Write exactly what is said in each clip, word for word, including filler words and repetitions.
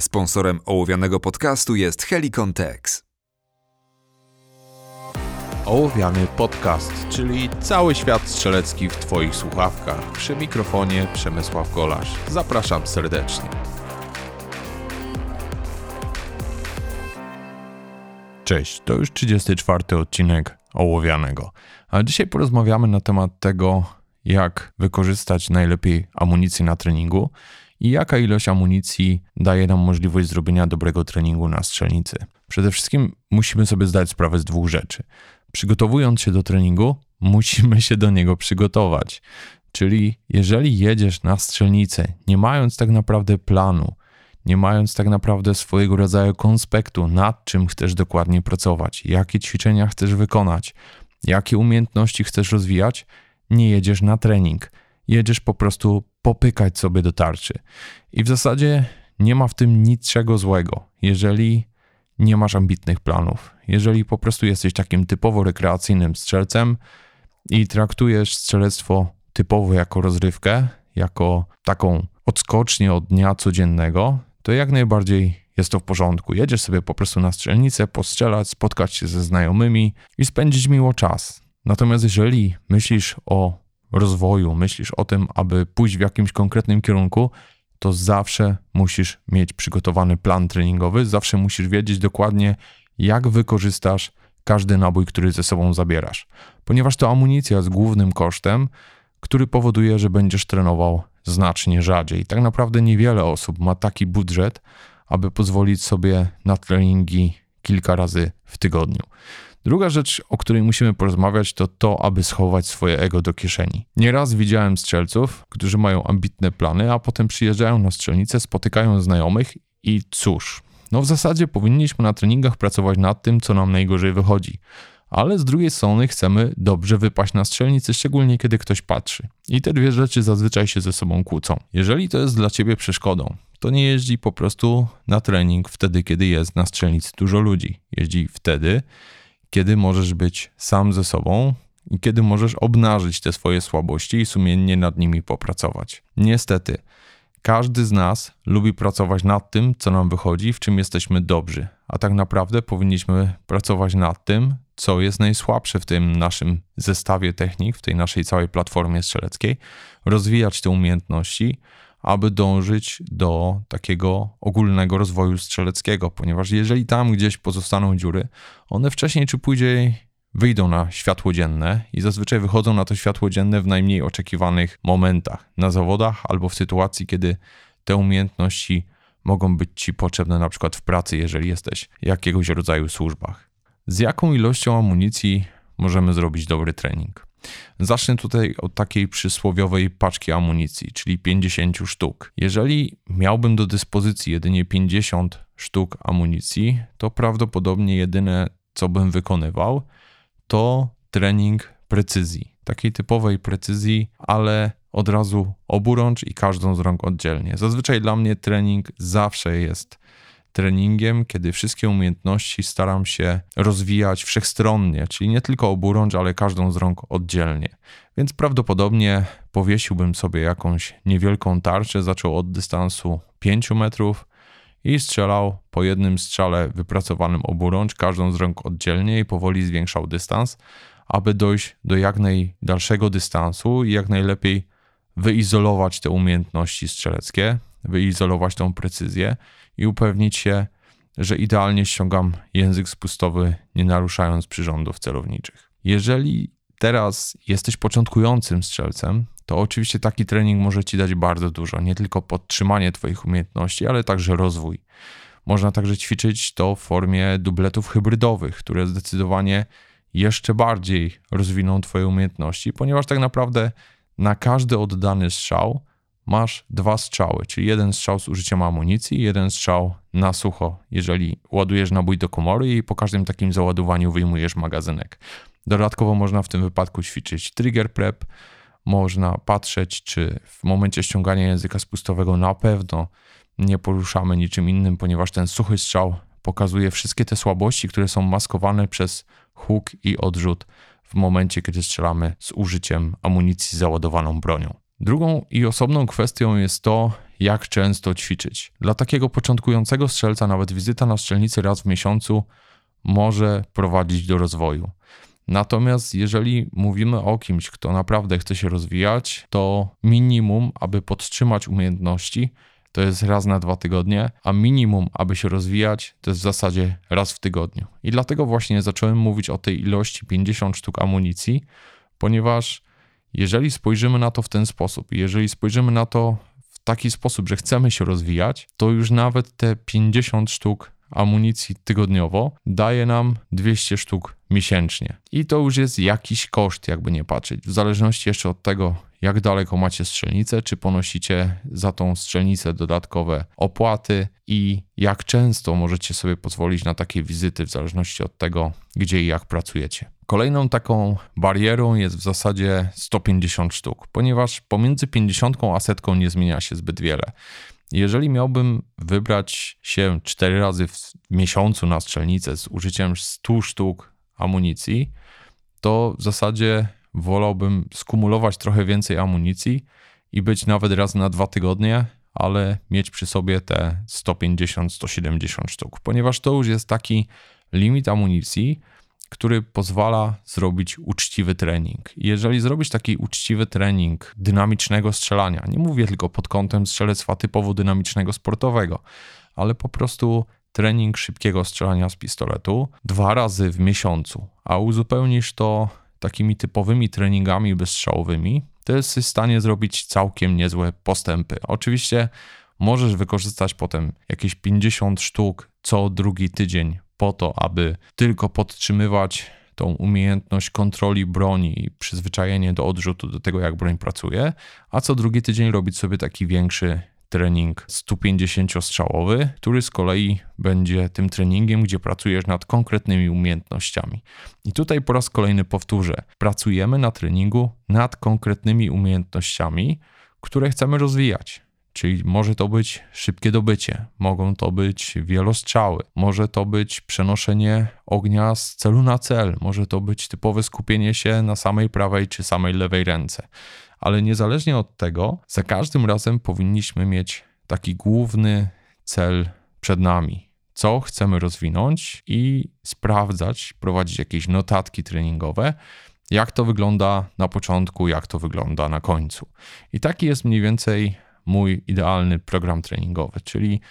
Sponsorem ołowianego podcastu jest Helikon Tex. Ołowiany podcast, czyli cały świat strzelecki w Twoich słuchawkach. Przy mikrofonie Przemysław Golasz. Zapraszam serdecznie. Cześć, to już trzydziesty czwarty odcinek Ołowianego. A dzisiaj porozmawiamy na temat tego, jak wykorzystać najlepiej amunicję na treningu i jaka ilość amunicji daje nam możliwość zrobienia dobrego treningu na strzelnicy. Przede wszystkim musimy sobie zdać sprawę z dwóch rzeczy. Przygotowując się do treningu, musimy się do niego przygotować. Czyli jeżeli jedziesz na strzelnicę, nie mając tak naprawdę planu, nie mając tak naprawdę swojego rodzaju konspektu, nad czym chcesz dokładnie pracować, jakie ćwiczenia chcesz wykonać, jakie umiejętności chcesz rozwijać, nie jedziesz na trening. Jedziesz po prostu popykać sobie do tarczy. I w zasadzie nie ma w tym niczego złego, jeżeli nie masz ambitnych planów. Jeżeli po prostu jesteś takim typowo rekreacyjnym strzelcem i traktujesz strzelectwo typowo jako rozrywkę, jako taką odskocznię od dnia codziennego, to jak najbardziej jest to w porządku. Jedziesz sobie po prostu na strzelnicę, postrzelać, spotkać się ze znajomymi i spędzić miło czas. Natomiast jeżeli myślisz o rozwoju, myślisz o tym, aby pójść w jakimś konkretnym kierunku, to zawsze musisz mieć przygotowany plan treningowy, zawsze musisz wiedzieć dokładnie, jak wykorzystasz każdy nabój, który ze sobą zabierasz. Ponieważ to amunicja jest głównym kosztem, który powoduje, że będziesz trenował znacznie rzadziej. Tak naprawdę niewiele osób ma taki budżet, aby pozwolić sobie na treningi kilka razy w tygodniu. Druga rzecz, o której musimy porozmawiać, to to, aby schować swoje ego do kieszeni. Nieraz widziałem strzelców, którzy mają ambitne plany, a potem przyjeżdżają na strzelnicę, spotykają znajomych i cóż, no w zasadzie powinniśmy na treningach pracować nad tym, co nam najgorzej wychodzi. Ale z drugiej strony chcemy dobrze wypaść na strzelnicy, szczególnie kiedy ktoś patrzy. I te dwie rzeczy zazwyczaj się ze sobą kłócą. Jeżeli to jest dla ciebie przeszkodą, to nie jeździ po prostu na trening wtedy, kiedy jest na strzelnicy dużo ludzi. Jeździ wtedy, kiedy możesz być sam ze sobą i kiedy możesz obnażyć te swoje słabości i sumiennie nad nimi popracować. Niestety, każdy z nas lubi pracować nad tym, co nam wychodzi, w czym jesteśmy dobrzy, a tak naprawdę powinniśmy pracować nad tym, co jest najsłabsze w tym naszym zestawie technik, w tej naszej całej platformie strzeleckiej, rozwijać te umiejętności, aby dążyć do takiego ogólnego rozwoju strzeleckiego, ponieważ jeżeli tam gdzieś pozostaną dziury, one wcześniej czy później wyjdą na światło dzienne i zazwyczaj wychodzą na to światło dzienne w najmniej oczekiwanych momentach, na zawodach albo w sytuacji, kiedy te umiejętności mogą być ci potrzebne na przykład w pracy, jeżeli jesteś w jakiegoś rodzaju służbach. Z jaką ilością amunicji możemy zrobić dobry trening? Zacznę tutaj od takiej przysłowiowej paczki amunicji, czyli pięćdziesiąt sztuk. Jeżeli miałbym do dyspozycji jedynie pięćdziesiąt sztuk amunicji, to prawdopodobnie jedyne, co bym wykonywał, to trening precyzji. Takiej typowej precyzji, ale od razu oburącz i każdą z rąk oddzielnie. Zazwyczaj dla mnie trening zawsze jest treningiem, kiedy wszystkie umiejętności staram się rozwijać wszechstronnie, czyli nie tylko oburącz, ale każdą z rąk oddzielnie. Więc prawdopodobnie powiesiłbym sobie jakąś niewielką tarczę, zaczął od dystansu pięciu metrów i strzelał po jednym strzale wypracowanym oburącz, każdą z rąk oddzielnie i powoli zwiększał dystans, aby dojść do jak najdalszego dystansu i jak najlepiej wyizolować te umiejętności strzeleckie, wyizolować tą precyzję i upewnić się, że idealnie ściągam język spustowy, nie naruszając przyrządów celowniczych. Jeżeli teraz jesteś początkującym strzelcem, to oczywiście taki trening może ci dać bardzo dużo, nie tylko podtrzymanie twoich umiejętności, ale także rozwój. Można także ćwiczyć to w formie dubletów hybrydowych, które zdecydowanie jeszcze bardziej rozwiną twoje umiejętności, ponieważ tak naprawdę na każdy oddany strzał masz dwa strzały, czyli jeden strzał z użyciem amunicji i jeden strzał na sucho, jeżeli ładujesz nabój do komory i po każdym takim załadowaniu wyjmujesz magazynek. Dodatkowo można w tym wypadku ćwiczyć trigger prep, można patrzeć, czy w momencie ściągania języka spustowego na pewno nie poruszamy niczym innym, ponieważ ten suchy strzał pokazuje wszystkie te słabości, które są maskowane przez huk i odrzut w momencie, kiedy strzelamy z użyciem amunicji z załadowaną bronią. Drugą i osobną kwestią jest to, jak często ćwiczyć. Dla takiego początkującego strzelca nawet wizyta na strzelnicy raz w miesiącu może prowadzić do rozwoju. Natomiast jeżeli mówimy o kimś, kto naprawdę chce się rozwijać, to minimum, aby podtrzymać umiejętności, to jest raz na dwa tygodnie, a minimum, aby się rozwijać, to jest w zasadzie raz w tygodniu. I dlatego właśnie zacząłem mówić o tej ilości pięćdziesiąt sztuk amunicji, ponieważ jeżeli spojrzymy na to w ten sposób, jeżeli spojrzymy na to w taki sposób, że chcemy się rozwijać, to już nawet te pięćdziesiąt sztuk amunicji tygodniowo daje nam dwieście sztuk miesięcznie. I to już jest jakiś koszt, jakby nie patrzeć. W zależności jeszcze od tego, jak daleko macie strzelnicę, czy ponosicie za tą strzelnicę dodatkowe opłaty i jak często możecie sobie pozwolić na takie wizyty, w zależności od tego, gdzie i jak pracujecie. Kolejną taką barierą jest w zasadzie sto pięćdziesiąt sztuk, ponieważ pomiędzy pięćdziesiątką a setką nie zmienia się zbyt wiele. Jeżeli miałbym wybrać się cztery razy w miesiącu na strzelnicę z użyciem stu sztuk amunicji, to w zasadzie wolałbym skumulować trochę więcej amunicji i być nawet raz na dwa tygodnie, ale mieć przy sobie te sto pięćdziesiąt do stu siedemdziesięciu sztuk, ponieważ to już jest taki limit amunicji, który pozwala zrobić uczciwy trening. Jeżeli zrobisz taki uczciwy trening dynamicznego strzelania, nie mówię tylko pod kątem strzelectwa typowo dynamicznego, sportowego, ale po prostu trening szybkiego strzelania z pistoletu dwa razy w miesiącu, a uzupełnisz to takimi typowymi treningami bezstrzałowymi, to jesteś w stanie zrobić całkiem niezłe postępy. Oczywiście możesz wykorzystać potem jakieś pięćdziesiąt sztuk co drugi tydzień po to, aby tylko podtrzymywać tą umiejętność kontroli broni i przyzwyczajenie do odrzutu, do tego, jak broń pracuje, a co drugi tydzień robić sobie taki większy trening sto pięćdziesięciostrzałowy, który z kolei będzie tym treningiem, gdzie pracujesz nad konkretnymi umiejętnościami. I tutaj po raz kolejny powtórzę, pracujemy na treningu nad konkretnymi umiejętnościami, które chcemy rozwijać. Czyli może to być szybkie dobycie, mogą to być wielostrzały, może to być przenoszenie ognia z celu na cel, może to być typowe skupienie się na samej prawej czy samej lewej ręce. Ale niezależnie od tego, za każdym razem powinniśmy mieć taki główny cel przed nami. Co chcemy rozwinąć i sprawdzać, prowadzić jakieś notatki treningowe, jak to wygląda na początku, jak to wygląda na końcu. I taki jest mniej więcej mój idealny program treningowy, czyli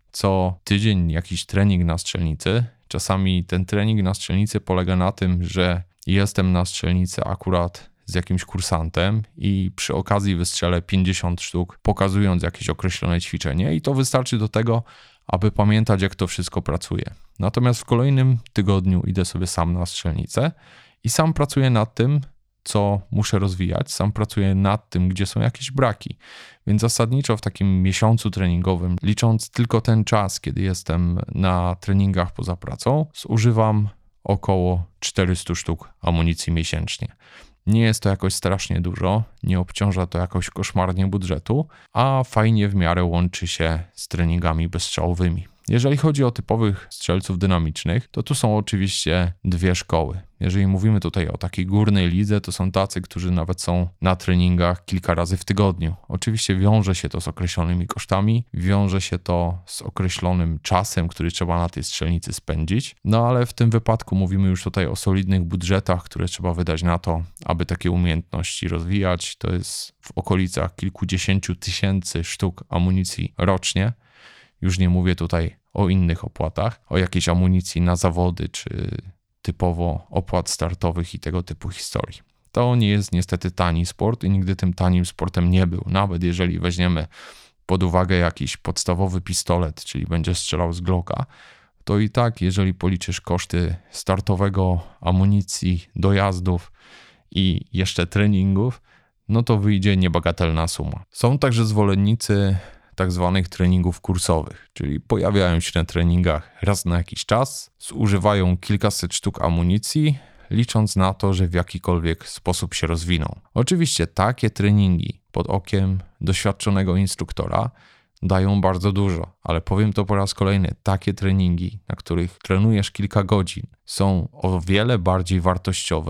co tydzień jakiś trening na strzelnicy. Czasami ten trening na strzelnicy polega na tym, że jestem na strzelnicy akurat z jakimś kursantem i przy okazji wystrzelę pięćdziesiąt sztuk, pokazując jakieś określone ćwiczenie i to wystarczy do tego, aby pamiętać, jak to wszystko pracuje. Natomiast w kolejnym tygodniu idę sobie sam na strzelnicę i sam pracuję nad tym, co muszę rozwijać, sam pracuję nad tym, gdzie są jakieś braki. Więc zasadniczo w takim miesiącu treningowym, licząc tylko ten czas, kiedy jestem na treningach poza pracą, zużywam około czterysta sztuk amunicji miesięcznie. Nie jest to jakoś strasznie dużo, nie obciąża to jakoś koszmarnie budżetu, a fajnie w miarę łączy się z treningami bezstrzałowymi. Jeżeli chodzi o typowych strzelców dynamicznych, to tu są oczywiście dwie szkoły. Jeżeli mówimy tutaj o takiej górnej lidze, to są tacy, którzy nawet są na treningach kilka razy w tygodniu. Oczywiście wiąże się to z określonymi kosztami, wiąże się to z określonym czasem, który trzeba na tej strzelnicy spędzić, no ale w tym wypadku mówimy już tutaj o solidnych budżetach, które trzeba wydać na to, aby takie umiejętności rozwijać. To jest w okolicach kilkudziesięciu tysięcy sztuk amunicji rocznie. Już nie mówię tutaj o innych opłatach, o jakiejś amunicji na zawody, czy typowo opłat startowych i tego typu historii. To nie jest niestety tani sport i nigdy tym tanim sportem nie był. Nawet jeżeli weźmiemy pod uwagę jakiś podstawowy pistolet, czyli będzie strzelał z Glocka, to i tak, jeżeli policzysz koszty startowego, amunicji, dojazdów i jeszcze treningów, no to wyjdzie niebagatelna suma. Są także zwolennicy tak zwanych treningów kursowych, czyli pojawiają się na treningach raz na jakiś czas, zużywają kilkaset sztuk amunicji, licząc na to, że w jakikolwiek sposób się rozwiną. Oczywiście takie treningi pod okiem doświadczonego instruktora dają bardzo dużo, ale powiem to po raz kolejny, takie treningi, na których trenujesz kilka godzin, są o wiele bardziej wartościowe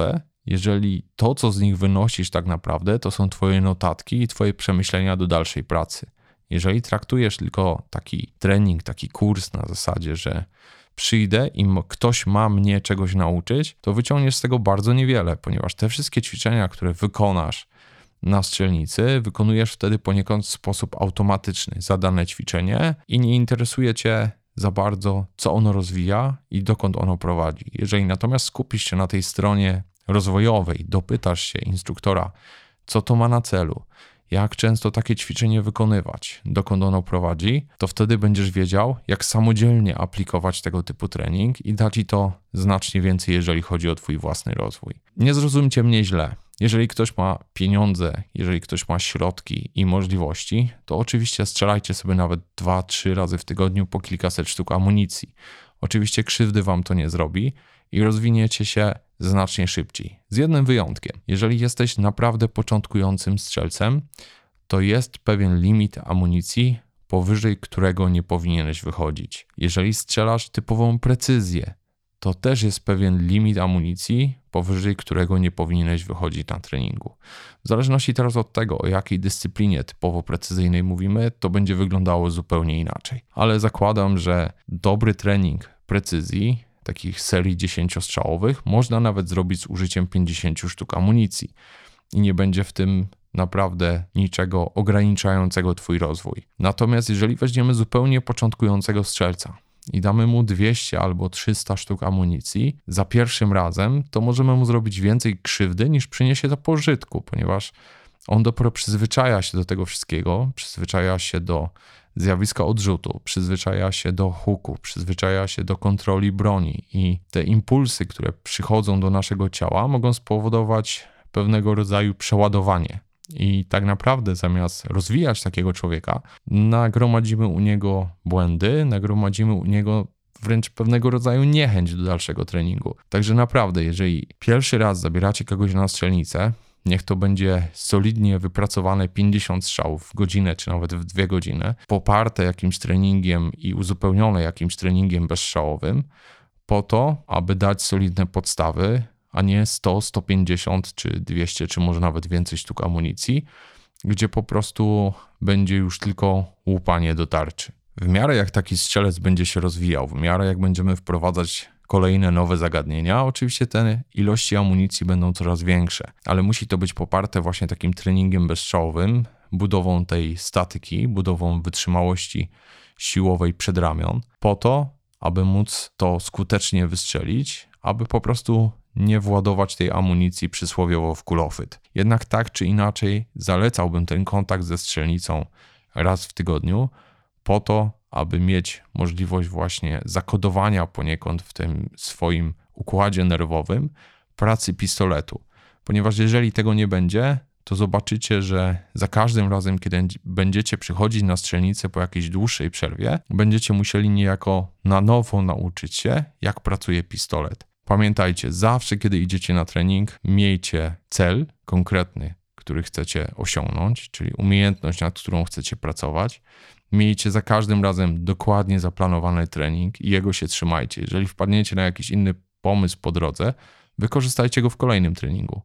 jeżeli to, co z nich wynosisz tak naprawdę, to są twoje notatki i twoje przemyślenia do dalszej pracy. Jeżeli traktujesz tylko taki trening, taki kurs na zasadzie, że przyjdę i ktoś ma mnie czegoś nauczyć, to wyciągniesz z tego bardzo niewiele, ponieważ te wszystkie ćwiczenia, które wykonasz na strzelnicy, wykonujesz wtedy poniekąd w sposób automatyczny za dane ćwiczenie i nie interesuje cię za bardzo, co ono rozwija i dokąd ono prowadzi. Jeżeli natomiast skupisz się na tej stronie rozwojowej, dopytasz się instruktora, co to ma na celu, jak często takie ćwiczenie wykonywać, dokąd ono prowadzi, to wtedy będziesz wiedział, jak samodzielnie aplikować tego typu trening i da ci to znacznie więcej, jeżeli chodzi o twój własny rozwój. Nie zrozumcie mnie źle. Jeżeli ktoś ma pieniądze, jeżeli ktoś ma środki i możliwości, to oczywiście strzelajcie sobie nawet dwa, trzy razy w tygodniu po kilkaset sztuk amunicji. Oczywiście krzywdy wam to nie zrobi i rozwiniecie się znacznie szybciej. Z jednym wyjątkiem. Jeżeli jesteś naprawdę początkującym strzelcem, to jest pewien limit amunicji, powyżej którego nie powinieneś wychodzić. Jeżeli strzelasz typową precyzję, to też jest pewien limit amunicji, powyżej którego nie powinieneś wychodzić na treningu. W zależności teraz od tego, o jakiej dyscyplinie typowo precyzyjnej mówimy, to będzie wyglądało zupełnie inaczej. Ale zakładam, że dobry trening precyzji, takich serii dziesięciostrzałowych, można nawet zrobić z użyciem pięćdziesięciu sztuk amunicji i nie będzie w tym naprawdę niczego ograniczającego twój rozwój. Natomiast jeżeli weźmiemy zupełnie początkującego strzelca i damy mu dwieście albo trzysta sztuk amunicji za pierwszym razem, to możemy mu zrobić więcej krzywdy niż przyniesie to pożytku, ponieważ on dopiero przyzwyczaja się do tego wszystkiego, przyzwyczaja się do zjawiska odrzutu, przyzwyczaja się do huku, przyzwyczaja się do kontroli broni i te impulsy, które przychodzą do naszego ciała, mogą spowodować pewnego rodzaju przeładowanie. I tak naprawdę zamiast rozwijać takiego człowieka, nagromadzimy u niego błędy, nagromadzimy u niego wręcz pewnego rodzaju niechęć do dalszego treningu. Także naprawdę, jeżeli pierwszy raz zabieracie kogoś na strzelnicę, niech to będzie solidnie wypracowane pięćdziesiąt strzałów w godzinę, czy nawet w dwie godziny, poparte jakimś treningiem i uzupełnione jakimś treningiem bezstrzałowym, po to, aby dać solidne podstawy, a nie sto, sto pięćdziesiąt, czy dwieście, czy może nawet więcej sztuk amunicji, gdzie po prostu będzie już tylko łupanie do tarczy. W miarę jak taki strzelec będzie się rozwijał, w miarę jak będziemy wprowadzać kolejne nowe zagadnienia, oczywiście te ilości amunicji będą coraz większe, ale musi to być poparte właśnie takim treningiem bezstrzałowym, budową tej statyki, budową wytrzymałości siłowej przedramion, po to, aby móc to skutecznie wystrzelić, aby po prostu nie władować tej amunicji przysłowiowo w kulofyt. Jednak tak czy inaczej zalecałbym ten kontakt ze strzelnicą raz w tygodniu po to, aby mieć możliwość właśnie zakodowania poniekąd w tym swoim układzie nerwowym pracy pistoletu. Ponieważ jeżeli tego nie będzie, to zobaczycie, że za każdym razem, kiedy będziecie przychodzić na strzelnicę po jakiejś dłuższej przerwie, będziecie musieli niejako na nowo nauczyć się, jak pracuje pistolet. Pamiętajcie, zawsze kiedy idziecie na trening, miejcie cel konkretny, który chcecie osiągnąć, czyli umiejętność, nad którą chcecie pracować. Miejcie za każdym razem dokładnie zaplanowany trening i jego się trzymajcie. Jeżeli wpadniecie na jakiś inny pomysł po drodze, wykorzystajcie go w kolejnym treningu.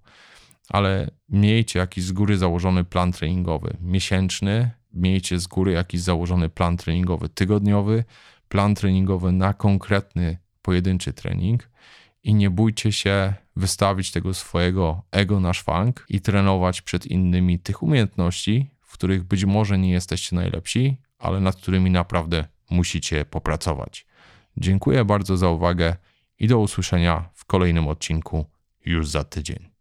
Ale miejcie jakiś z góry założony plan treningowy miesięczny, miejcie z góry jakiś założony plan treningowy tygodniowy, plan treningowy na konkretny, pojedynczy trening i nie bójcie się wystawić tego swojego ego na szwank i trenować przed innymi tych umiejętności, w których być może nie jesteście najlepsi, ale nad którymi naprawdę musicie popracować. Dziękuję bardzo za uwagę i do usłyszenia w kolejnym odcinku już za tydzień.